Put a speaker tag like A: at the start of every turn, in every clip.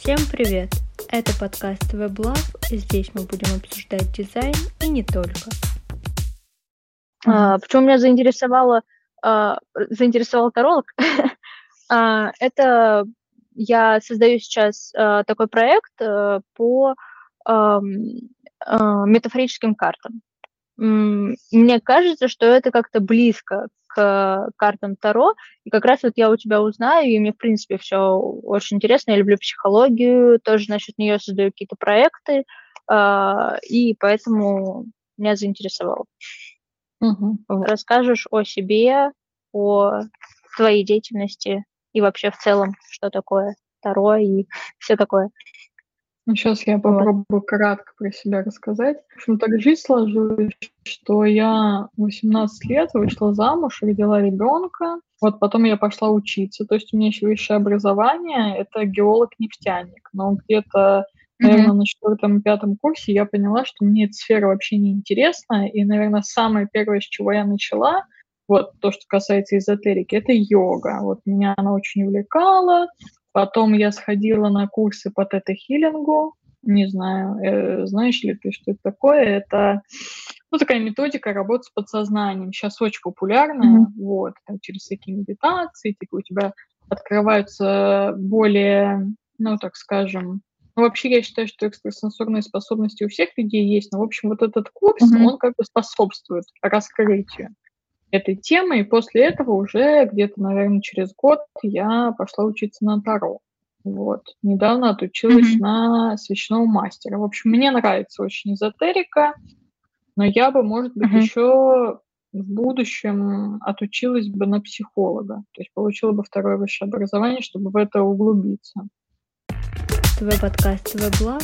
A: Всем привет! Это подкаст WebLab, и здесь мы будем обсуждать дизайн и не только.
B: Почему меня заинтересовал таролог? Это я создаю сейчас такой проект по метафорическим картам. Мне кажется, что это как-то близко к картам Таро, и как раз вот я у тебя узнаю, и мне, в принципе, все очень интересно. Я люблю психологию, тоже насчет нее создаю какие-то проекты, и поэтому меня заинтересовало. Расскажешь о себе, о твоей деятельности и вообще в целом, что такое Таро и все такое.
C: Сейчас я попробую кратко про себя рассказать. В общем, так жизнь сложилась, что я 18 лет вышла замуж, родила ребенка. Вот потом я пошла учиться. То есть у меня еще высшее образование — это геолог-нефтяник. Но где-то, наверное, на 4-5 курсе я поняла, что мне эта сфера вообще не интересна. И, наверное, самое первое, с чего я начала, вот то, что касается эзотерики, это йога. Вот меня она очень увлекала. Потом я сходила на курсы по тета-хиллингу. Не знаю, знаешь ли ты, что это такое? Это такая методика работы с подсознанием. Сейчас очень популярная. Вот, там, через всякие медитации, типа у тебя открываются более, так скажем... вообще я считаю, что экстрасенсорные способности у всех людей есть. Но, в общем, вот этот курс, он как бы способствует раскрытию этой темы, и после этого уже где-то, наверное, через год я пошла учиться на Таро. Вот. Недавно отучилась на свечного мастера. В общем, мне нравится очень эзотерика, но я бы, может быть, еще в будущем отучилась бы на психолога. То есть получила бы второе высшее образование, чтобы в это углубиться.
A: Твой подкаст WebLab.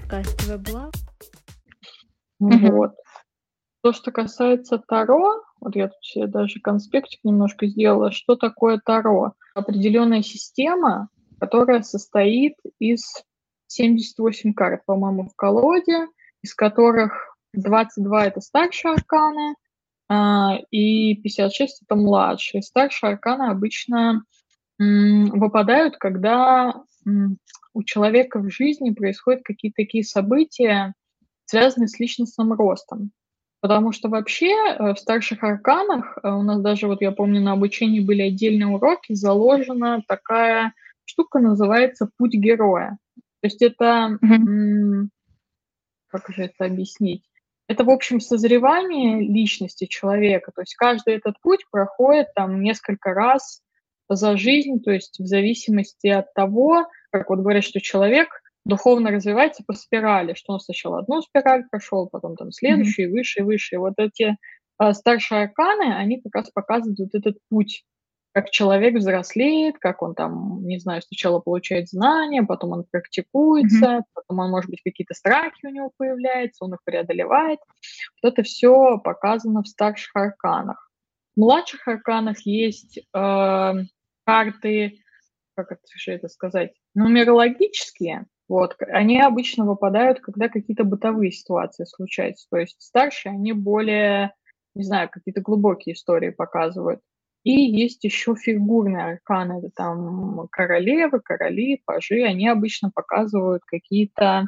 C: Вот. То, что касается Таро, вот я тут себе даже конспектик немножко сделала. Что такое Таро? Определенная система, которая состоит из 78 карт, по-моему, в колоде, из которых 22 — это старшие арканы, и 56 — это младшие. Старшие арканы обычно выпадают, когда у человека в жизни происходят какие-то такие события, связанные с личностным ростом. Потому что вообще в старших арканах у нас даже, вот я помню, на обучении были отдельные уроки, заложена такая штука, называется «Путь героя». То есть это, как же это объяснить? Это, в общем, созревание личности человека. То есть каждый этот путь проходит там несколько раз за жизнь, то есть в зависимости от того, как вот говорят, что человек духовно развивается по спирали, что он сначала одну спираль прошел, потом там следующую, выше и выше. И вот эти старшие арканы, они как раз показывают вот этот путь, как человек взрослеет, как он там, не знаю, сначала получает знания, потом он практикуется, потом он, может быть, какие-то страхи у него появляются, он их преодолевает. Вот это все показано в старших арканах. В младших арканах есть карты, как это сказать, нумерологические. Вот, они обычно выпадают, когда какие-то бытовые ситуации случаются. То есть старшие, они более, не знаю, какие-то глубокие истории показывают. И есть еще фигурные арканы, это там королевы, короли, пажи, они обычно показывают какие-то,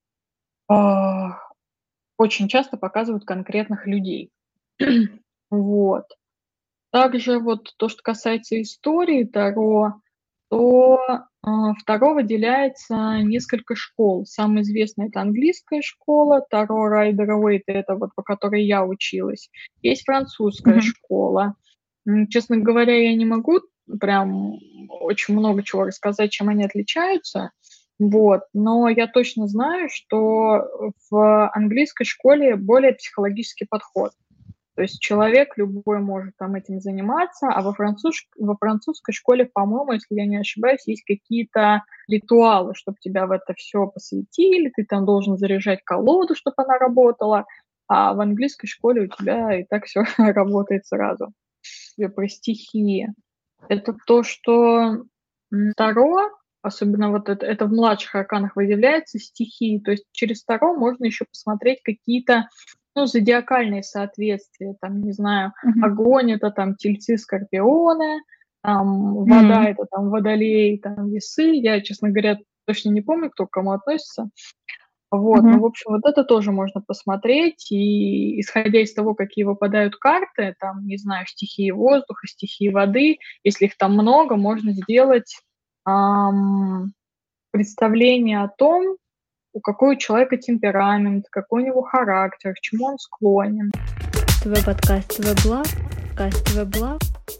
C: очень часто показывают конкретных людей. Вот. Также вот то, что касается истории Таро, то в Таро выделяется несколько школ. Самая известная — это английская школа, Таро Райдер-Уэйт — это вот по которой я училась. Есть французская школа. Честно говоря, я не могу прям очень много чего рассказать, чем они отличаются, вот, но я точно знаю, что в английской школе более психологический подход. То есть человек любой может там этим заниматься, а во французской школе, по-моему, если я не ошибаюсь, есть какие-то ритуалы, чтобы тебя в это все посвятили, ты там должен заряжать колоду, чтобы она работала, а в английской школе у тебя и так все работает сразу. Про стихии. Это то, что Таро, особенно вот это в младших арканах выявляется стихии, то есть через Таро можно еще посмотреть какие-то зодиакальные соответствия, там, не знаю, огонь — это там тельцы, скорпионы, там вода — это там водолей, там весы. Я, честно говоря, точно не помню, кто к кому относится. Вот, ну, в общем, вот это тоже можно посмотреть, и исходя из того, какие выпадают карты, там, не знаю, стихии воздуха, стихии воды, если их там много, можно сделать представление о том, у какой у человека темперамент, какой у него характер, к чему он склонен.
A: Твой подкаст «Веблав», подкаст «Веблав».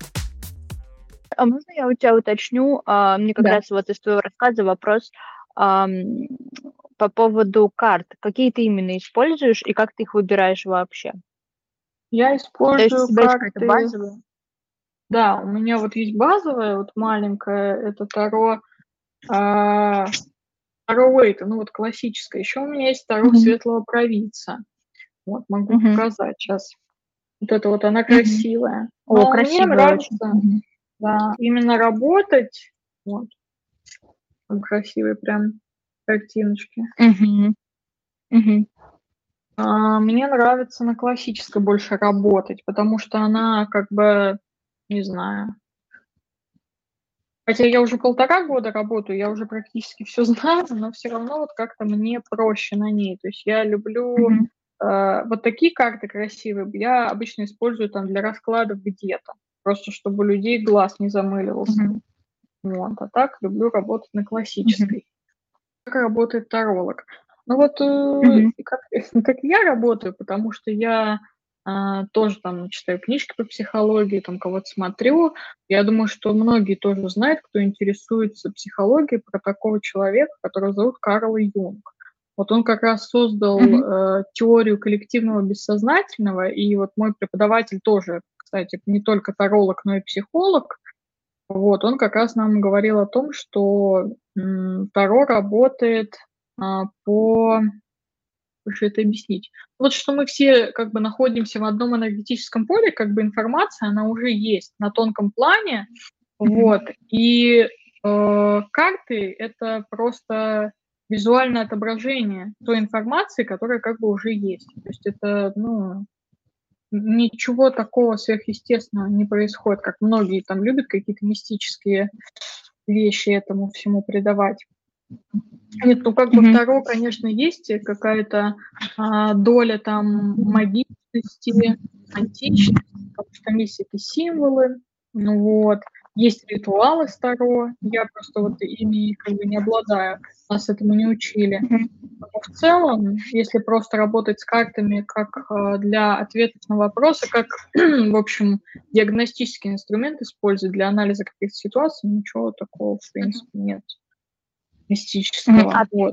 B: А можно я у тебя уточню? Мне как
C: Да.
B: раз вот из твоего рассказа вопрос по поводу карт. Какие ты именно используешь и как ты их выбираешь вообще?
C: Я
B: То есть у
C: использую
B: тебя есть какая-то
C: карты.
B: базовая?
C: Да, у меня вот есть базовая, вот маленькая, это Таро Уэйта, ну вот классическая. Еще у меня есть Таро Светлого Провидца. Вот, могу показать сейчас. Вот это вот она красивая.
B: О,
C: Но мне
B: красивая
C: нравится,
B: очень.
C: да, именно работать. Вот, там красивые прям картиночки. Мне нравится на классической больше работать, потому что она как бы, не знаю. Хотя я уже 1,5 года работаю, я уже практически все знаю, но все равно вот как-то мне проще на ней. То есть я люблю вот такие карты красивые, я обычно использую там для раскладов где-то, просто чтобы у людей глаз не замыливался. Вот, а так люблю работать на классической. Как работает таролог? Ну вот как я работаю, потому что я тоже там читаю книжки по психологии, там кого-то смотрю. Я думаю, что многие тоже знают, кто интересуется психологией, про такого человека, которого зовут Карл Юнг. Вот он как раз создал теорию коллективного бессознательного, и вот мой преподаватель тоже, кстати, не только таролог, но и психолог. Вот, он как раз нам говорил о том, что Таро работает по... Как же это объяснить? Вот что мы все как бы находимся в одном энергетическом поле, как бы информация, она уже есть на тонком плане, вот, и карты — это просто визуальное отображение той информации, которая как бы уже есть. То есть это, ну, ничего такого сверхъестественного не происходит, как многие там любят какие-то мистические вещи этому всему придавать. Нет, ну как бы в Таро, конечно, есть какая-то доля там магичности, античности, потому что там есть эти символы, ну вот, есть ритуалы с Таро, я просто вот ими как бы не обладаю, нас этому не учили. Но в целом, если просто работать с картами как для ответов на вопросы, как, в общем, диагностический инструмент использовать для анализа каких-то ситуаций, ничего такого, в принципе, нет мистического. Вот.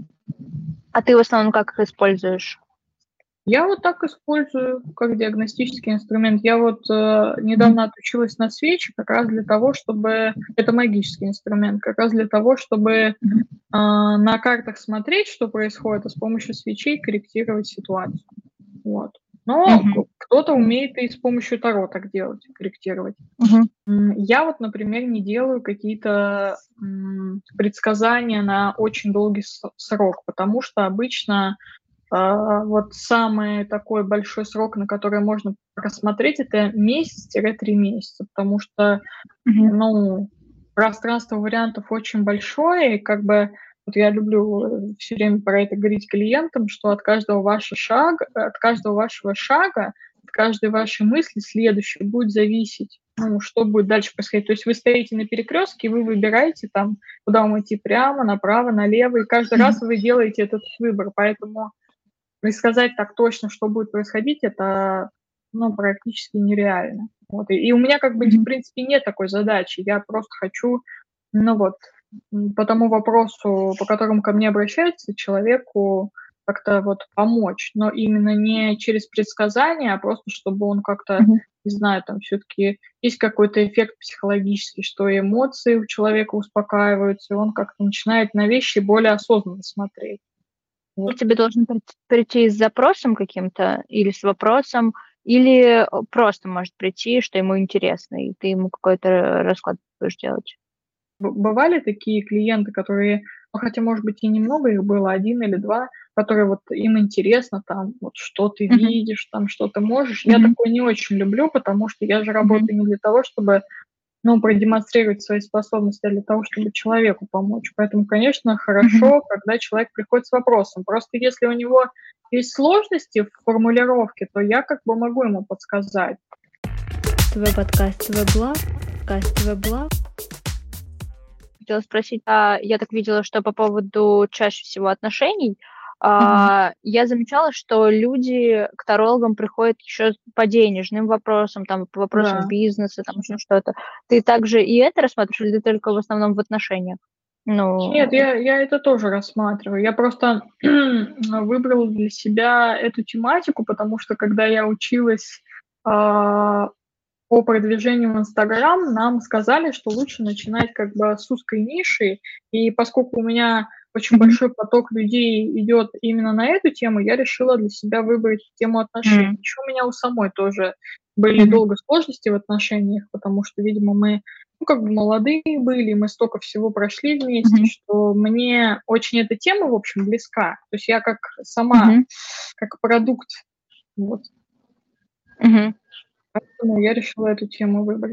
B: А ты в основном как их используешь?
C: Я вот так использую как диагностический инструмент. Я вот недавно отучилась на свечи как раз для того, чтобы... Это магический инструмент, как раз для того, чтобы на картах смотреть, что происходит, а с помощью свечей корректировать ситуацию. Вот. Но кто-то умеет и с помощью Таро так делать, корректировать. Я вот, например, не делаю какие-то предсказания на очень долгий срок, потому что обычно вот самый такой большой срок, на который можно просмотреть, это месяц-3 месяца, потому что, ну, пространство вариантов очень большое, и как бы вот я люблю все время про это говорить клиентам, что от каждого вашего шага, от каждой вашей мысли следующей будет зависеть, ну, что будет дальше происходить. То есть вы стоите на перекрестке, и вы выбираете там, куда вам идти, прямо, направо, налево, и каждый раз вы делаете этот выбор, поэтому предсказать так точно, что будет происходить, это, ну, практически нереально. Вот. И у меня как бы, в принципе, нет такой задачи. Я просто хочу, ну вот, по тому вопросу, по которому ко мне обращаются, человеку как-то вот помочь, но именно не через предсказания, а просто чтобы он как-то, не знаю, там все-таки есть какой-то эффект психологический, что эмоции у человека успокаиваются, и он как-то начинает на вещи более осознанно смотреть.
B: Он к тебе должен прийти с запросом каким-то или с вопросом, или просто может прийти, что ему интересно, и ты ему какой-то расклад будешь делать.
C: Бывали такие клиенты, которые, ну, хотя, может быть, и немного их было, 1 или 2, которые вот им интересно там, вот что ты видишь, там, что ты можешь. Я такое не очень люблю, потому что я же работаю не для того, чтобы, продемонстрировать свои способности для того, чтобы человеку помочь. Поэтому, конечно, хорошо, когда человек приходит с вопросом. Просто если у него есть сложности в формулировке, то я как бы могу ему подсказать.
A: Твой подкаст «Веблав», подкаст «Веблав».
B: Хотела спросить, я так видела, что по поводу чаще всего отношений, я замечала, что люди к тарологам приходят еще по денежным вопросам, там, по вопросам
C: Да.
B: бизнеса, там еще что-то. Ты также и это рассматриваешь, или ты только в основном в отношениях?
C: Нет, я это тоже рассматриваю. Я просто выбрала для себя эту тематику, потому что когда я училась по продвижению в Инстаграм, нам сказали, что лучше начинать как бы с узкой ниши. И поскольку у меня очень большой поток людей идет именно на эту тему, я решила для себя выбрать тему отношений. Еще у меня у самой тоже были долго сложности в отношениях, потому что, видимо, мы как бы молодые были, мы столько всего прошли вместе, что мне очень эта тема, в общем, близка. То есть я как сама, как продукт, вот. Поэтому я решила эту тему выбрать.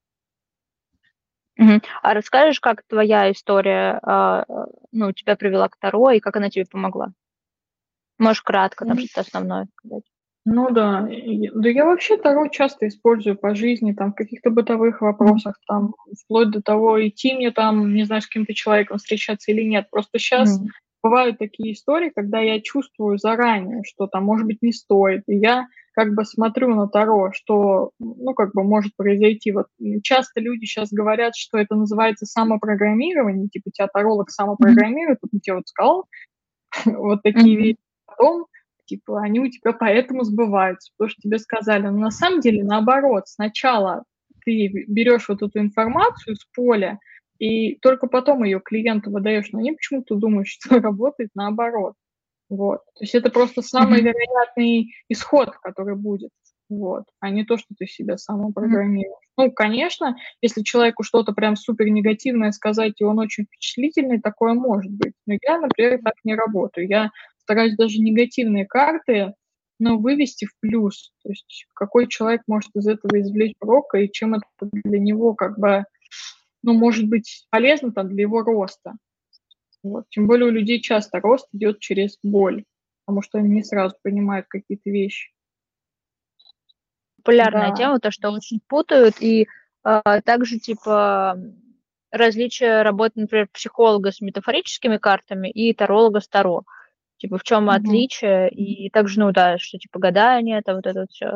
B: А расскажешь, как твоя история, тебя привела к Таро и как она тебе помогла? Можешь кратко там что-то основное сказать.
C: Ну да. Да я вообще Таро часто использую по жизни, там, в каких-то бытовых вопросах, там, вплоть до того, идти мне там, не знаю, с каким-то человеком встречаться или нет. Просто сейчас бывают такие истории, когда я чувствую заранее, что там, может быть, не стоит. И я как бы смотрю на Таро, что, как бы может произойти. Вот часто люди сейчас говорят, что это называется самопрограммирование, типа тебя таролог самопрограммирует, вот он тебе вот сказал вот такие вещи, потом типа они у тебя поэтому сбываются, потому что тебе сказали. Но на самом деле наоборот. Сначала ты берешь вот эту информацию с поля, и только потом ее клиенту выдаешь. Но они почему-то думают, что работает наоборот. Вот. То есть это просто самый вероятный исход, который будет. Вот, а не то, что ты себя самопрограммируешь. Конечно, если человеку что-то прям супер негативное сказать, и он очень впечатлительный, такое может быть. Но я, например, так не работаю. Я стараюсь даже негативные карты, вывести в плюс. То есть какой человек может из этого извлечь урок, и чем это для него как бы, может быть полезно там для его роста. Вот. Тем более у людей часто рост идет через боль, потому что они не сразу понимают какие-то вещи.
B: Популярная тема, то, что очень путают, и также, различия работы, например, психолога с метафорическими картами и таролога с Таро. В чем отличие, и также, что, гадание, это вот это вот все.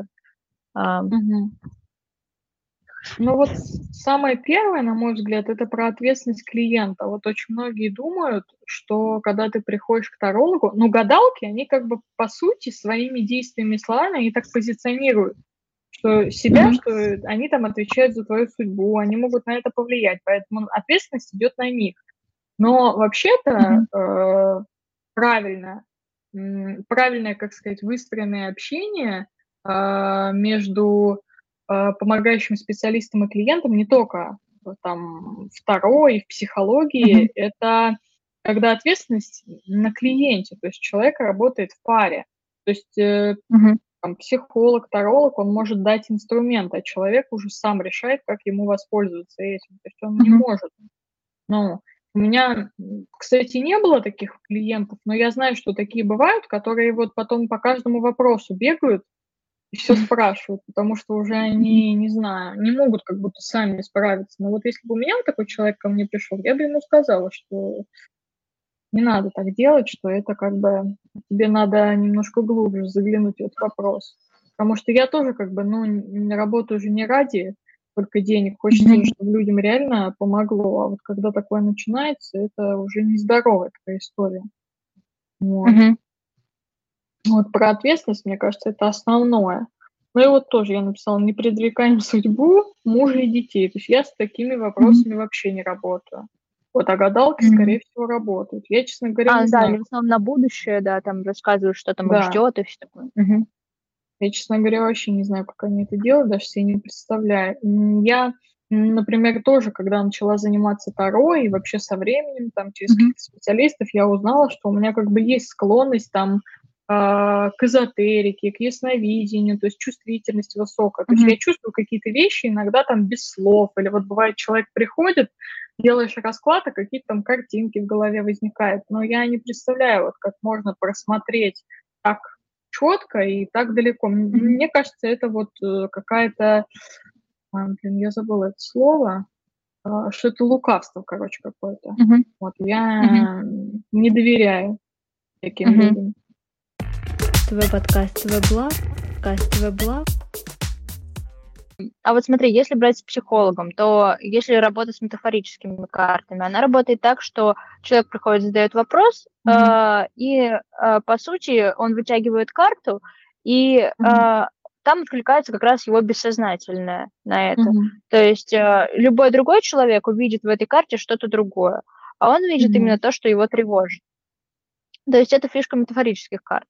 C: Вот самое первое, на мой взгляд, это про ответственность клиента. Вот очень многие думают, что когда ты приходишь к тарологу, гадалки, они как бы по сути своими действиями и словами, они так позиционируют, что себя, что они там отвечают за твою судьбу, они могут на это повлиять, поэтому ответственность идет на них. Но вообще-то правильное, как сказать, выстроенное общение между помогающим специалистам и клиентам, не только там в Таро и в психологии, это когда ответственность на клиенте, то есть человек работает в паре. То есть там, психолог, таролог, он может дать инструмент, а человек уже сам решает, как ему воспользоваться этим. То есть он не может. У меня, кстати, не было таких клиентов, но я знаю, что такие бывают, которые вот потом по каждому вопросу бегают и все спрашивают, потому что уже они, не знаю, не могут как будто сами справиться. Но вот если бы у меня вот такой человек ко мне пришел, я бы ему сказала, что не надо так делать, что это как бы тебе надо немножко глубже заглянуть в этот вопрос. Потому что я тоже как бы, работаю же не ради только денег. Хочется, чтобы людям реально помогло. А вот когда такое начинается, это уже нездоровая такая история. Вот. Вот про ответственность, мне кажется, это основное. Ну и вот тоже я написала, не предрекаем судьбу мужа и детей. То есть я с такими вопросами вообще не работаю. Вот, а гадалки, скорее всего, работают. Я, честно говоря, не знаю.
B: Или в основном на будущее, да, там рассказывают, что там их ждет и все такое.
C: Я, честно говоря, вообще не знаю, как они это делают, даже себе не представляю. Я, например, тоже, когда начала заниматься Таро, и вообще со временем, там, через каких-то специалистов, я узнала, что у меня как бы есть склонность там к эзотерике, к ясновидению, то есть чувствительность высокая. То есть я чувствую какие-то вещи иногда там без слов. Или вот бывает, человек приходит, делаешь расклад, а какие-то там картинки в голове возникают. Но я не представляю, вот как можно просмотреть так четко и так далеко. Мне кажется, это вот какая-то... я забыла это слово. Что это лукавство, короче, какое-то. Вот я не доверяю таким людям.
A: Твой подкаст «Веблав», подкаст «Веблав».
B: А вот смотри, если брать с психологом, то если работа с метафорическими картами, она работает так, что человек приходит, задает вопрос, и, по сути, он вытягивает карту, и там откликается как раз его бессознательное на это. То есть любой другой человек увидит в этой карте что-то другое, а он видит именно то, что его тревожит. То есть это фишка метафорических карт.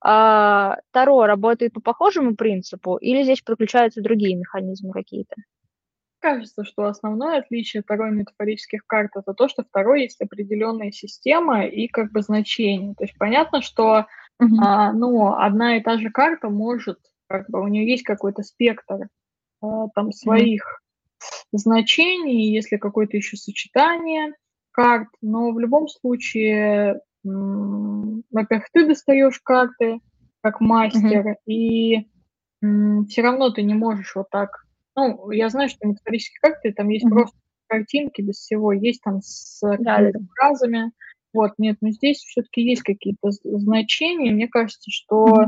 B: Таро работает по похожему принципу, или здесь подключаются другие механизмы какие-то?
C: Кажется, что основное отличие Таро и метафорических карт это то, что в Таро есть определенная система и как бы значения. То есть понятно, что одна и та же карта может, как бы у нее есть какой-то спектр там своих значений, если какое-то еще сочетание карт, но в любом случае, во-первых, ты достаешь карты как мастер, и все равно ты не можешь вот так. Ну, я знаю, что метафорические карты там есть просто картинки без всего, есть там с какими-то фразами. Вот, нет, но здесь все-таки есть какие-то значения. Мне кажется, что,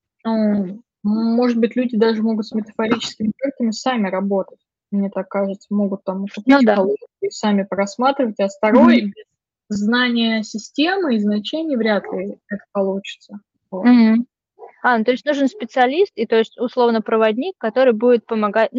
C: может быть, люди даже могут с метафорическими картами сами работать. Мне так кажется, могут там купить колоду и сами просматривать, а с Таро без знания системы и значений вряд ли это получится. Вот.
B: Ну, то есть нужен специалист, и то есть условно проводник, который будет помогать,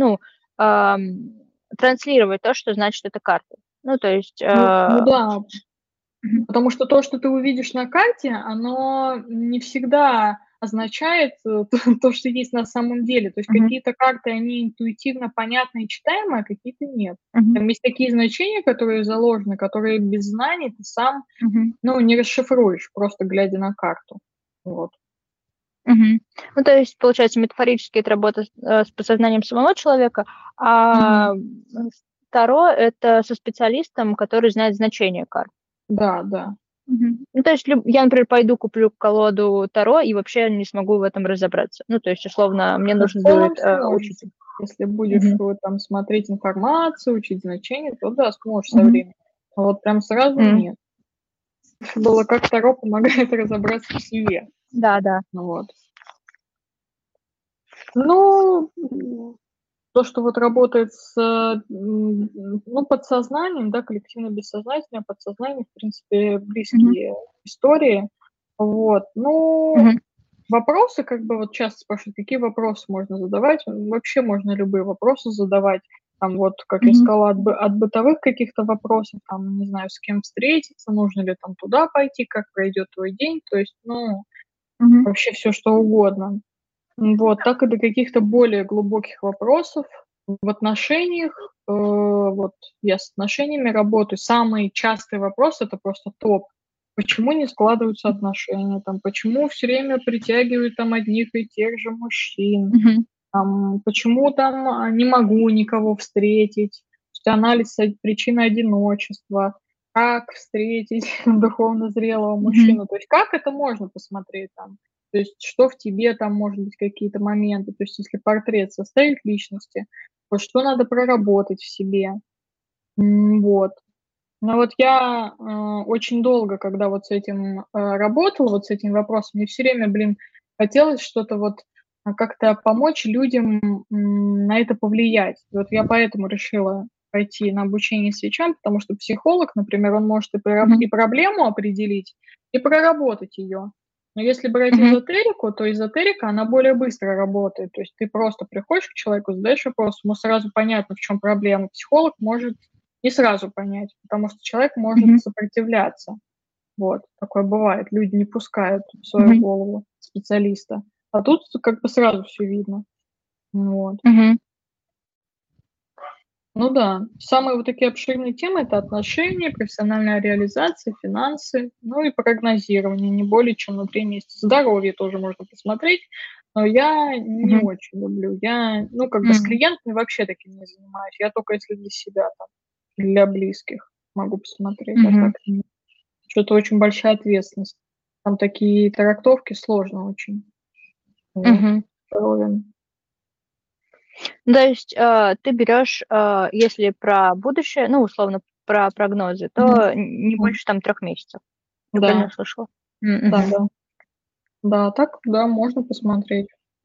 B: транслировать то, что значит эта карта. Ну, то есть...
C: Ну да, потому что то, что ты увидишь на карте, оно не всегда означает то, что есть на самом деле. То есть какие-то карты, они интуитивно понятны и читаемы, а какие-то нет. Там есть такие значения, которые заложены, которые без знаний ты сам, не расшифруешь, просто глядя на карту. Вот.
B: Ну, то есть, получается, метафорически это работа с подсознанием самого человека, а Таро — это со специалистом, который знает значение карт.
C: Да, да.
B: Ну, то есть я, например, пойду куплю колоду Таро и вообще не смогу в этом разобраться. Ну, то есть, условно, мне нужен будет учитель.
C: Если будешь там смотреть информацию, учить значения, то да, сможешь со временем. А вот прям сразу нет. Было как Таро помогает разобраться в себе.
B: Да.
C: Вот. Ну, то, что вот работает с подсознанием, да, коллективно-бессознательное, подсознание, в принципе, близкие истории. Вот. Вопросы, как бы вот часто спрашивают, какие вопросы можно задавать. Вообще можно любые вопросы задавать. Там вот, как я сказала, от бытовых каких-то вопросов, там, не знаю, с кем встретиться, нужно ли там туда пойти, как пройдет твой день. То есть, вообще все что угодно. Вот, так и до каких-то более глубоких вопросов в отношениях. Вот я с отношениями работаю. Самый частый вопрос это просто топ. Почему не складываются отношения? Там, почему все время притягивают там одних и тех же мужчин? Там, почему там не могу никого встретить? То есть анализ причины одиночества. Как встретить духовно зрелого мужчину? То есть как это можно посмотреть там? То есть что в тебе там, может быть, какие-то моменты. То есть если портрет составить личности, вот что надо проработать в себе. Вот. Но вот я очень долго, когда вот с этим работала, вот с этим вопросом, мне все время, хотелось что-то вот как-то помочь людям на это повлиять. Вот я поэтому решила пойти на обучение свечам, потому что психолог, например, он может и проблему определить, и проработать ее. Но если брать эзотерику, то эзотерика, она более быстро работает. То есть ты просто приходишь к человеку, задаешь вопрос, ему сразу понятно, в чем проблема. Психолог может не сразу понять, потому что человек может сопротивляться. Вот, такое бывает. Люди не пускают в свою голову специалиста. А тут как бы сразу все видно. Вот. Ну да, самые вот такие обширные темы — это отношения, профессиональная реализация, финансы, ну и прогнозирование, не более чем на 3 месяца. Здоровье тоже можно посмотреть, но я не
B: Мгм.
C: очень люблю. Я, ну, как бы с
B: М.
C: клиентами вообще таким не занимаюсь. Я только если для себя там, для близких могу посмотреть, а
B: Мгм.
C: так нет. Что-то очень большая ответственность. Там такие трактовки сложно очень. Вот.
B: Мгм.
C: Здоровьем.
B: Ну, то есть, ты берешь, если про будущее, ну, условно, про прогнозы,
C: Мгм.
B: то не
C: Мгм.
B: больше там 3 месяцев. Я
C: Да,
B: правильно услышала?
C: да,
B: Мгм.
C: да. Да, так, да, можно посмотреть.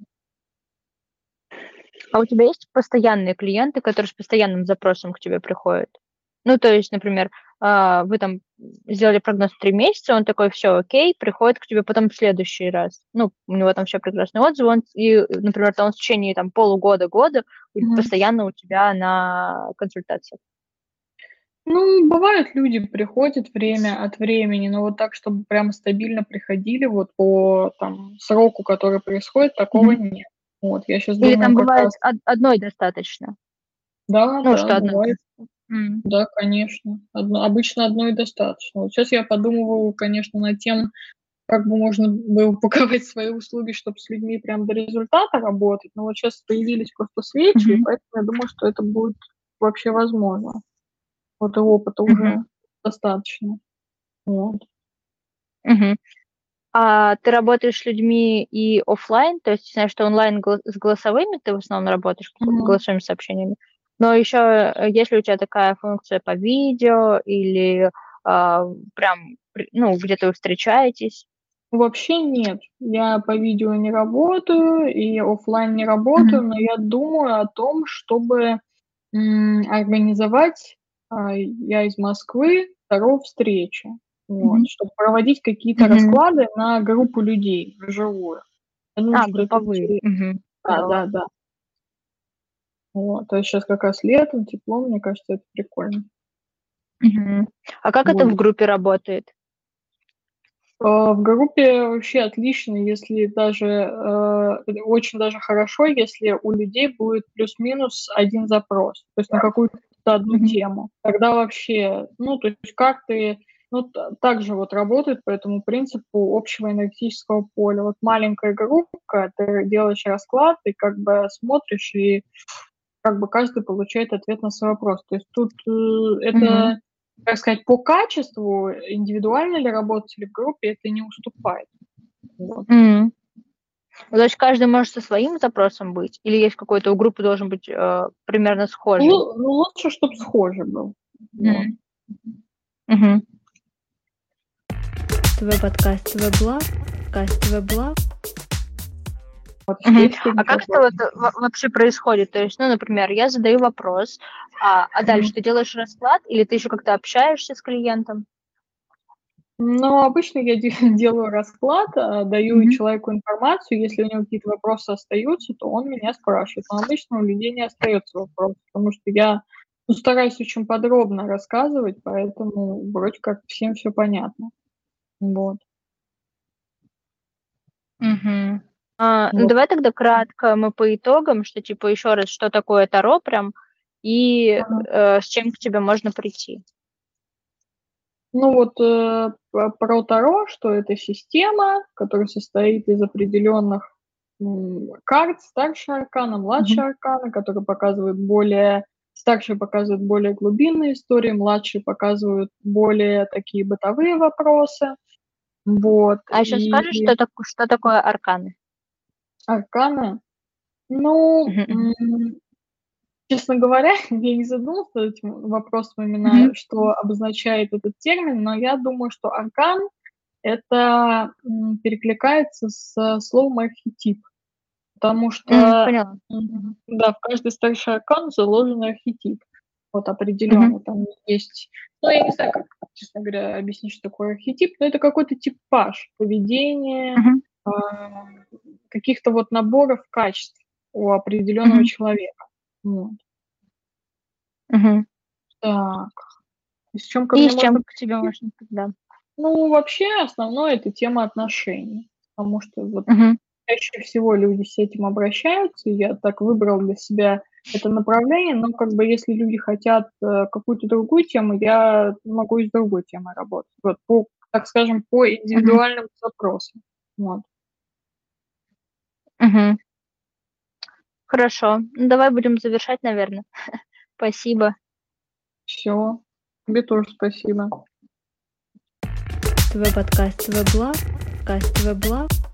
B: А у тебя есть постоянные клиенты, которые с постоянным запросом к тебе приходят? Ну, то есть, например, вы там сделали прогноз 3 месяца, он такой: все, окей", приходит к тебе потом в следующий раз. Ну, у него там все прекрасные отзывы, например, там он в течение там полугода-года будет
C: Мгм.
B: постоянно у тебя на консультациях.
C: Ну, бывают, люди приходят время от времени, но вот так, чтобы прямо стабильно приходили вот по там сроку, который происходит, такого
B: Мгм.
C: нет. Вот, я сейчас
B: Или
C: думаю
B: там
C: как
B: бывает
C: раз.
B: одной достаточно?
C: Да,
B: Ну,
C: да,
B: что одной
C: бывает.
B: достаточно. М.
C: Да, конечно. Обычно одной достаточно. Вот сейчас я подумываю, конечно, над тем, как бы можно было упаковать свои услуги, чтобы с людьми прям до результата работать. Но вот сейчас появились просто свечи, и
B: Мгм.
C: поэтому я думаю, что это будет вообще возможно. Вот и опыта
B: Мгм.
C: уже достаточно. Вот.
B: Мгм. А ты работаешь с людьми и оффлайн? То есть, знаю, что онлайн с голосовыми ты в основном работаешь,
C: Мгм.
B: голосовыми сообщениями. Но еще, есть ли у тебя такая функция по видео или, прям, ну, где-то вы встречаетесь?
C: Вообще нет. Я по видео не работаю и оффлайн не работаю,
B: Мгм.
C: но я думаю о том, чтобы, организовать, я из Москвы, Таро встречи. Вот,
B: Мгм.
C: чтобы проводить какие-то
B: Мгм.
C: расклады на группу людей вживую. Я думаю, что это
B: Групповые.
C: интересно.
B: Мгм.
C: Да,
B: Здорово.
C: да, да. Вот. То есть щас как раз летом, тепло, мне кажется, это прикольно
B: Мгм. А как это в
C: будет.
B: группе работает?
C: В группе вообще отлично, если даже, очень даже хорошо, если у людей будет плюс-минус один запрос, то есть на какую-то одну
B: Мгм.
C: тему. Тогда вообще, ну, то есть карты, ну, так же вот работают по этому принципу общего энергетического поля. Вот маленькая группа, ты делаешь расклад, ты как бы смотришь, и как бы каждый получает ответ на свой вопрос. То есть тут,
B: Мгм.
C: это, так сказать, по качеству, индивидуально ли работать или в группе, это не уступает. Вот.
B: М. Ну, то есть каждый может со своим запросом быть? Или есть какой-то у группы должен быть, примерно схожий?
C: Ну, лучше, чтобы схожий был. Вот.
B: Мгм. Мгм.
A: ТВ подкаст ТВ Благ, подкаст ТВ Благ.
C: Вот
B: Мгм.
C: здесь
B: А как
C: ничего
B: это вот
C: сложного.
B: вообще происходит? То есть, ну, например, я задаю вопрос, дальше
C: Мгм.
B: ты делаешь расклад или ты еще как-то общаешься с клиентом?
C: Но обычно я делаю расклад, даю
B: Мгм.
C: человеку информацию. Если у него какие-то вопросы остаются, то он меня спрашивает. Но обычно у людей не остается вопросов, потому что я, ну, стараюсь очень подробно рассказывать, поэтому вроде как всем все понятно. Вот.
B: Мгм. Ну,
C: Вот.
B: давай тогда кратко мы по итогам, что типа еще раз, что такое Таро прям и,
C: Ага.
B: с чем к тебе можно прийти.
C: Ну вот, про Таро, что это система, которая состоит из определенных, карт, старшие арканы,
B: Мгм.
C: младшие арканы, которые показывают более старшие показывают более глубинные истории, младшие показывают более такие бытовые вопросы. Вот.
B: А еще
C: И
B: скажешь, что такое арканы?
C: арканы, ну,
B: Мгм, мгм.
C: честно говоря, я не задумывалась над этим вопросом
B: Мгм.
C: именно, что обозначает этот термин, но я думаю, что аркан — это, перекликается с словом архетип, потому что,
B: Поняла. Мгм.
C: да, в каждый старший аркан заложен архетип. Вот
B: Мгм.
C: определённый там есть. Ну, я не знаю, как, честно говоря, объяснить, что такое архетип, но это какой-то типаж поведения,
B: Мгм.
C: а, каких-то вот наборов качеств у определённого
B: Мгм.
C: человека. Вот.
B: Мгм.
C: Так, и с чем ко
B: И
C: мне
B: с
C: можно
B: чем к тебе
C: прийти?
B: можно да.
C: Ну, вообще, основное — это тема отношений, потому что вот
B: Мгм.
C: чаще всего люди с этим обращаются. И я так выбрал для себя это направление, но как бы если люди хотят какую-то другую тему, я могу и с другой темой работать. Вот по, так скажем, по индивидуальным запросам. Вот.
B: Мгм. Хорошо. Ну, давай будем завершать, наверное. Спасибо.
C: Все. Тебе тоже спасибо.
A: ТВ подкаст ТВ Блав. Подкаст ТВ Блав